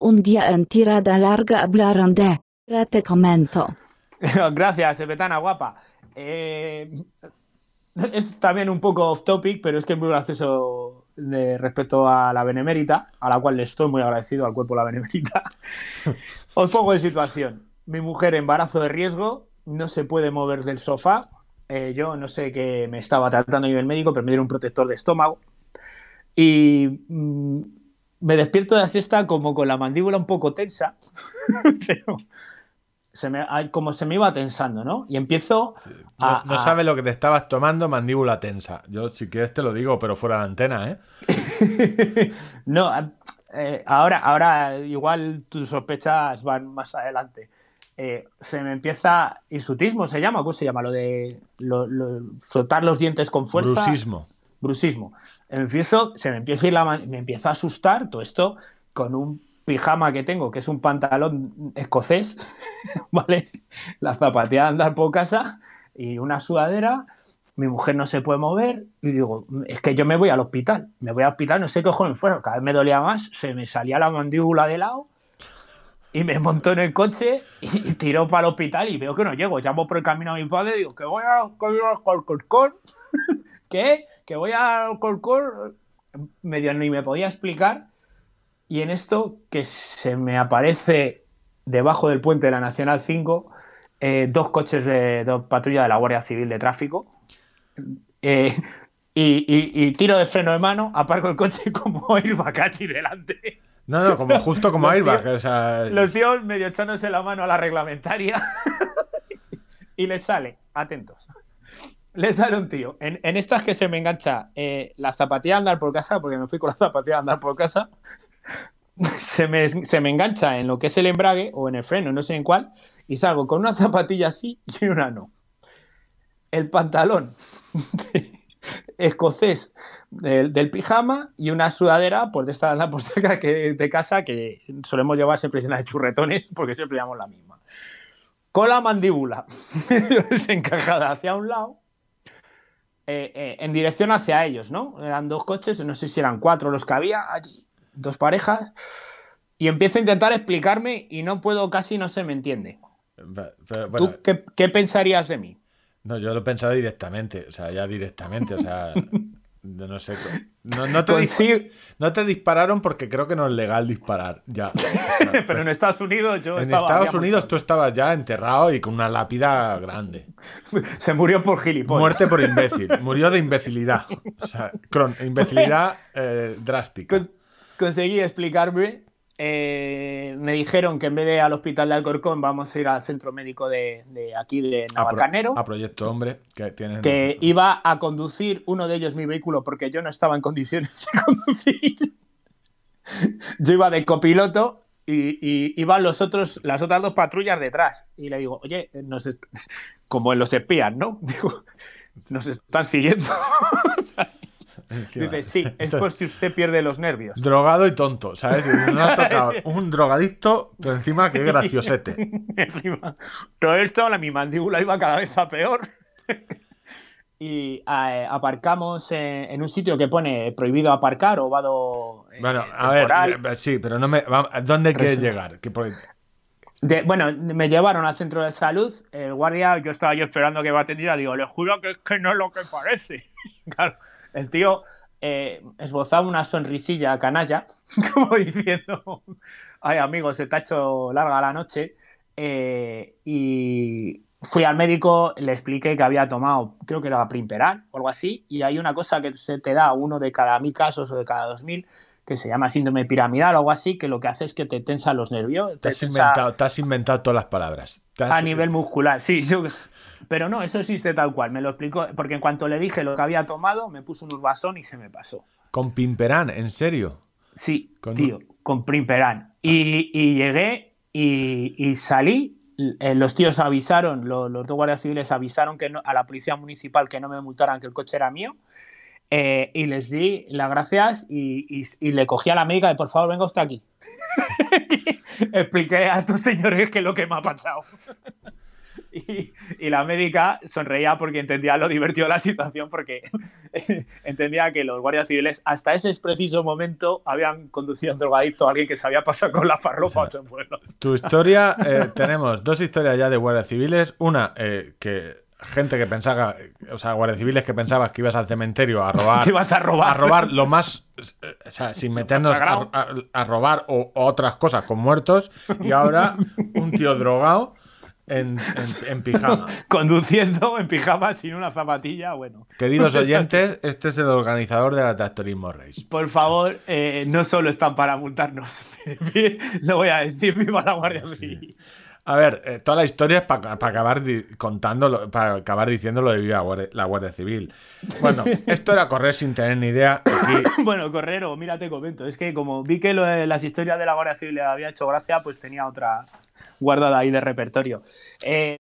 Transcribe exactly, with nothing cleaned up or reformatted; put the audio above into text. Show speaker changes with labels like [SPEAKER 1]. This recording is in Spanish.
[SPEAKER 1] un día en tirada larga hablaron de... Ahora te comento.
[SPEAKER 2] Gracias, Epetana, guapa. Eh, es también un poco off topic, pero es que es muy gracioso de, respecto a la Benemérita, a la cual le estoy muy agradecido al cuerpo de la Benemérita. Os pongo en situación. Mi mujer, embarazo de riesgo, no se puede mover del sofá. Eh, yo no sé qué me estaba tratando a nivel médico, pero me dieron un protector de estómago. Y mmm, me despierto de la siesta como con la mandíbula un poco tensa, pero se me, como se me iba tensando, ¿no? Y empiezo
[SPEAKER 3] sí.
[SPEAKER 2] a...
[SPEAKER 3] No, no
[SPEAKER 2] a...
[SPEAKER 3] sabes lo que te estabas tomando, mandíbula tensa. Yo si quieres te lo digo, pero fuera de antena, ¿eh?
[SPEAKER 2] No, eh, ahora, ahora igual tus sospechas van más adelante. Eh, se me empieza... Hirsutismo se llama, ¿cómo se llama? Lo de lo, lo, frotar los dientes con fuerza.
[SPEAKER 3] Bruxismo.
[SPEAKER 2] Bruxismo. Me empiezo, se me empieza a ir la man... me empieza a asustar todo esto con un pijama que tengo, que es un pantalón escocés, ¿vale? La zapatilla de andar por casa y una sudadera. Mi mujer no se puede mover y digo, es que yo me voy al hospital. Me voy al hospital, no sé qué cojones fueron. Cada vez me dolía más, se me salía la mandíbula de lado y me montó en el coche y tiró para el hospital y veo que no llego. Llamo por el camino a mi padre y digo, que voy a Alcorcón. ¿Qué? Que voy a Alcorcón. Medio ni me podía explicar. Y en esto que se me aparece debajo del puente de la Nacional cinco eh, dos coches de, de patrulla de la Guardia Civil de Tráfico eh, y, y, y tiro de freno de mano, aparco el coche como airbag aquí delante.
[SPEAKER 3] No, no, como, justo como airbag.
[SPEAKER 2] Tíos,
[SPEAKER 3] o sea...
[SPEAKER 2] Los tíos medio echándose la mano a la reglamentaria y les sale, atentos, le sale un tío. En, en estas que se me engancha eh, la zapatilla de andar por casa, porque me fui con la zapatilla de andar por casa, se me, se me engancha en lo que es el embrague o en el freno, no sé en cuál, y salgo con una zapatilla así y una no. El pantalón escocés del, del pijama y una sudadera pues de esta anda por saca que de casa que solemos llevar siempre llena de churretones porque siempre llevamos la misma. Con la mandíbula desencajada hacia un lado. Eh, eh, en dirección hacia ellos, ¿no? Eran dos coches, no sé si eran cuatro los que había allí, dos parejas, y empiezo a intentar explicarme y no puedo, casi no se me entiende.
[SPEAKER 3] Pero, pero, bueno,
[SPEAKER 2] ¿Tú qué, qué pensarías de mí?
[SPEAKER 3] No, yo lo he pensado directamente, o sea, ya directamente, o sea, no sé, no, no, te
[SPEAKER 2] sí.
[SPEAKER 3] no te dispararon porque creo que no es legal disparar, ya. O sea,
[SPEAKER 2] pero, pero en Estados Unidos yo
[SPEAKER 3] en
[SPEAKER 2] estaba...
[SPEAKER 3] En Estados Unidos mucho. Tú estabas ya enterrado y con una lápida grande.
[SPEAKER 2] Se murió por gilipollas.
[SPEAKER 3] Muerte por imbécil, murió de imbecilidad, o sea, cron, imbecilidad eh, drástica.
[SPEAKER 2] Con, conseguí explicarme. Eh, me dijeron que en vez de al hospital de Alcorcón vamos a ir al centro médico de, de aquí de Navalcarnero.
[SPEAKER 3] A, pro, a Proyecto Hombre. Que, tienen...
[SPEAKER 2] que iba a conducir uno de ellos mi vehículo porque yo no estaba en condiciones de conducir. Yo iba de copiloto y, y iban los otros, las otras dos patrullas detrás. Y le digo, oye, nos est... como en los espías, ¿no? Digo, nos están siguiendo. Dice, sí, es por si usted pierde los nervios.
[SPEAKER 3] Drogado y tonto, ¿sabes? Nos ha tocado un drogadicto, pero encima que graciosete.
[SPEAKER 2] Encima, todo esto, la, mi mandíbula iba cada vez a peor. Y eh, aparcamos eh, en un sitio que pone prohibido aparcar o vado eh,
[SPEAKER 3] bueno, a temporal. ver, sí, pero no me... ¿Dónde quieres llegar? ¿Qué por...
[SPEAKER 2] de, bueno, me llevaron al centro de salud. El guardia, yo estaba yo esperando que me atendiera. Digo, le juro que es que no es lo que parece. Claro. El tío eh, esbozaba una sonrisilla canalla, como diciendo, ay amigo, se te ha hecho larga la noche. Eh, y fui al médico, le expliqué que había tomado, creo que era Primperan o algo así, y hay una cosa que se te da uno de cada mil casos o de cada dos mil, que se llama síndrome piramidal o algo así, que lo que hace es que te tensa los nervios.
[SPEAKER 3] Te,
[SPEAKER 2] te
[SPEAKER 3] has,
[SPEAKER 2] tensa...
[SPEAKER 3] inventado, te has inventado todas las palabras. Has...
[SPEAKER 2] A nivel muscular, sí. Yo... Pero no, eso existe tal cual, me lo explicó, porque en cuanto le dije lo que había tomado, me puso un Urbasón y se me pasó.
[SPEAKER 3] ¿Con Primperan? ¿En serio?
[SPEAKER 2] Sí,
[SPEAKER 3] con
[SPEAKER 2] tío,
[SPEAKER 3] un...
[SPEAKER 2] con Primperan. Y, y llegué y, y salí, eh, los tíos avisaron, los, los dos guardias civiles avisaron que no, a la policía municipal que no me multaran, que el coche era mío, eh, y les di las gracias y, y, y le cogí a la médica de por favor, venga usted aquí. Expliqué a estos señores que es lo que me ha pasado. Y, y la médica sonreía porque entendía lo divertido de la situación, porque entendía que los guardias civiles hasta ese preciso momento habían conducido a un drogadicto a alguien que se había pasado con la farlopa ocho vuelos.
[SPEAKER 3] Tu historia, eh, tenemos dos historias ya de guardias civiles. Una, eh, que gente que pensaba, o sea, guardias civiles que pensabas que ibas al cementerio a robar.
[SPEAKER 2] Que ibas a robar.
[SPEAKER 3] A robar lo más, o sea, sin meternos a, a, a robar o, o otras cosas con muertos. Y ahora un tío drogado en, en, en pijama.
[SPEAKER 2] Conduciendo en pijama sin una zapatilla, bueno.
[SPEAKER 3] Queridos oyentes, este es el organizador de la Tractorismo Race.
[SPEAKER 2] Por favor, eh, no solo están para multarnos. Lo voy a decir, viva la Guardia Civil.
[SPEAKER 3] A ver, eh, toda la historia es para pa acabar contando, para acabar diciendo lo de viva la Guardia Civil. Bueno, esto era correr sin tener ni idea. Aquí...
[SPEAKER 2] Bueno, correr o mira, te comento. Es que como vi que lo de las historias de la Guardia Civil le había hecho gracia, pues tenía otra guardada ahí de repertorio. Eh...